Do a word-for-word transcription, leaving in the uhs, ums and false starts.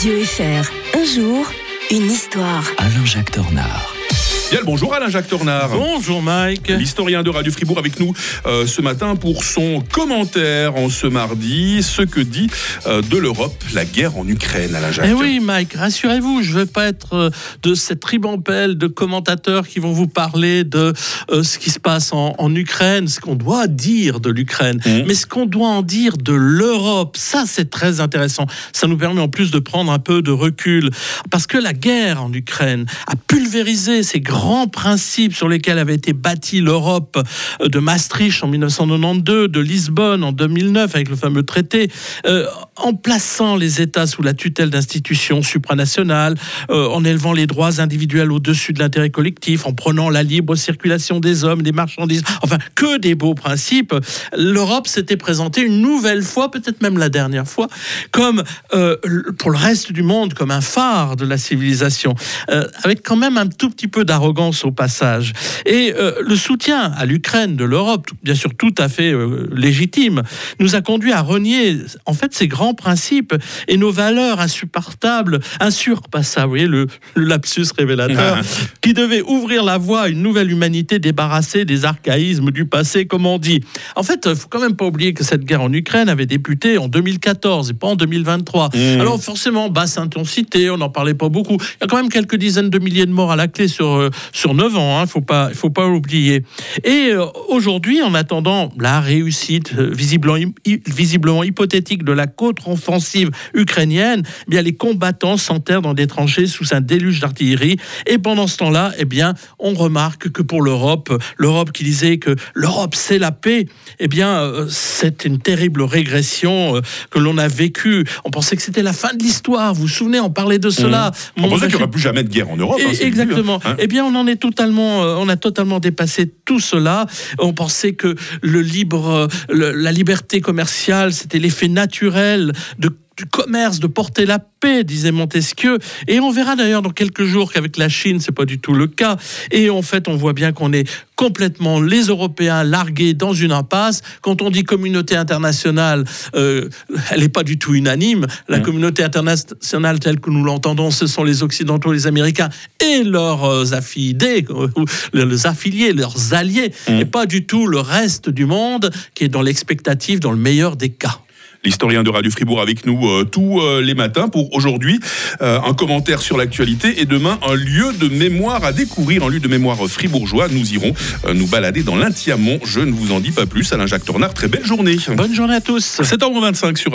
Radio F R, un jour, une histoire. Alain-Jacques Tornard. Bien le bonjour Alain-Jacques Tornard. Bonjour Mike. L'historien de Radio Fribourg avec nous euh, ce matin pour son commentaire en ce mardi, ce que dit euh, de l'Europe la guerre en Ukraine, Alain-Jacques. Eh oui Mike, rassurez-vous, je ne vais pas être euh, de cette ribambelle de commentateurs qui vont vous parler de euh, ce qui se passe en, en Ukraine, ce qu'on doit dire de l'Ukraine, mmh. mais ce qu'on doit en dire de l'Europe. Ça c'est très intéressant. Ça nous permet en plus de prendre un peu de recul, parce que la guerre en Ukraine a pulvérisé ces grands grands principes sur lesquels avait été bâtie l'Europe de Maastricht en dix-neuf cent quatre-vingt-douze, de Lisbonne en deux mille neuf avec le fameux traité, euh, en plaçant les États sous la tutelle d'institutions supranationales, euh, en élevant les droits individuels au-dessus de l'intérêt collectif, en prenant la libre circulation des hommes, des marchandises, enfin que des beaux principes. L'Europe s'était présentée une nouvelle fois, peut-être même la dernière fois, comme euh, pour le reste du monde, comme un phare de la civilisation, euh, avec quand même un tout petit peu d'arrogance au passage. Et euh, le soutien à l'Ukraine de l'Europe, bien sûr tout à fait euh, légitime, nous a conduit à renier en fait ces grands principes et nos valeurs insupportables, insurpassables, vous voyez le, le lapsus révélateur, qui devaient ouvrir la voie à une nouvelle humanité débarrassée des archaïsmes du passé, comme on dit. En fait, il ne faut quand même pas oublier que cette guerre en Ukraine avait débuté en deux mille quatorze et pas en deux mille vingt-trois. Mmh. Alors forcément, basse intensité, on n'en parlait pas beaucoup. Il y a quand même quelques dizaines de milliers de morts à la clé sur euh, sur neuf ans, il hein, faut pas, faut pas l'oublier. Et euh, aujourd'hui, en attendant la réussite euh, visiblement, hi, visiblement hypothétique de la contre-offensive ukrainienne, eh bien, les combattants s'enterrent dans des tranchées sous un déluge d'artillerie. Et pendant ce temps-là, eh bien, on remarque que pour l'Europe, l'Europe qui disait que l'Europe c'est la paix, eh bien, euh, c'est une terrible régression euh, que l'on a vécue. On pensait que c'était la fin de l'histoire. Vous vous souvenez, on parlait de cela. Mmh. On pensait qu'il n'y aurait plus jamais de guerre en Europe. Et, hein, exactement. Hein. Eh bien, on en est totalement, on a totalement dépassé tout cela. On pensait que le libre, le, la liberté commerciale, c'était l'effet naturel de du commerce, de porter la paix, disait Montesquieu. Et on verra d'ailleurs dans quelques jours qu'avec la Chine, c'est pas du tout le cas. Et en fait, on voit bien qu'on est complètement, les Européens, largués dans une impasse. Quand on dit communauté internationale, euh, elle n'est pas du tout unanime. La mmh. communauté internationale telle que nous l'entendons, ce sont les Occidentaux, les Américains et leurs affiliés, leurs affiliés, leurs alliés, mmh. et pas du tout le reste du monde qui est dans l'expectative, dans le meilleur des cas. L'historien de Radio Fribourg avec nous euh, tous euh, les matins pour aujourd'hui euh, un commentaire sur l'actualité et demain un lieu de mémoire à découvrir, un lieu de mémoire fribourgeois. Nous irons euh, nous balader dans l'Intiamont. Je ne vous en dis pas plus. Alain-Jacques Tornard, très belle journée. Bonne journée à tous. sept heures vingt-cinq sur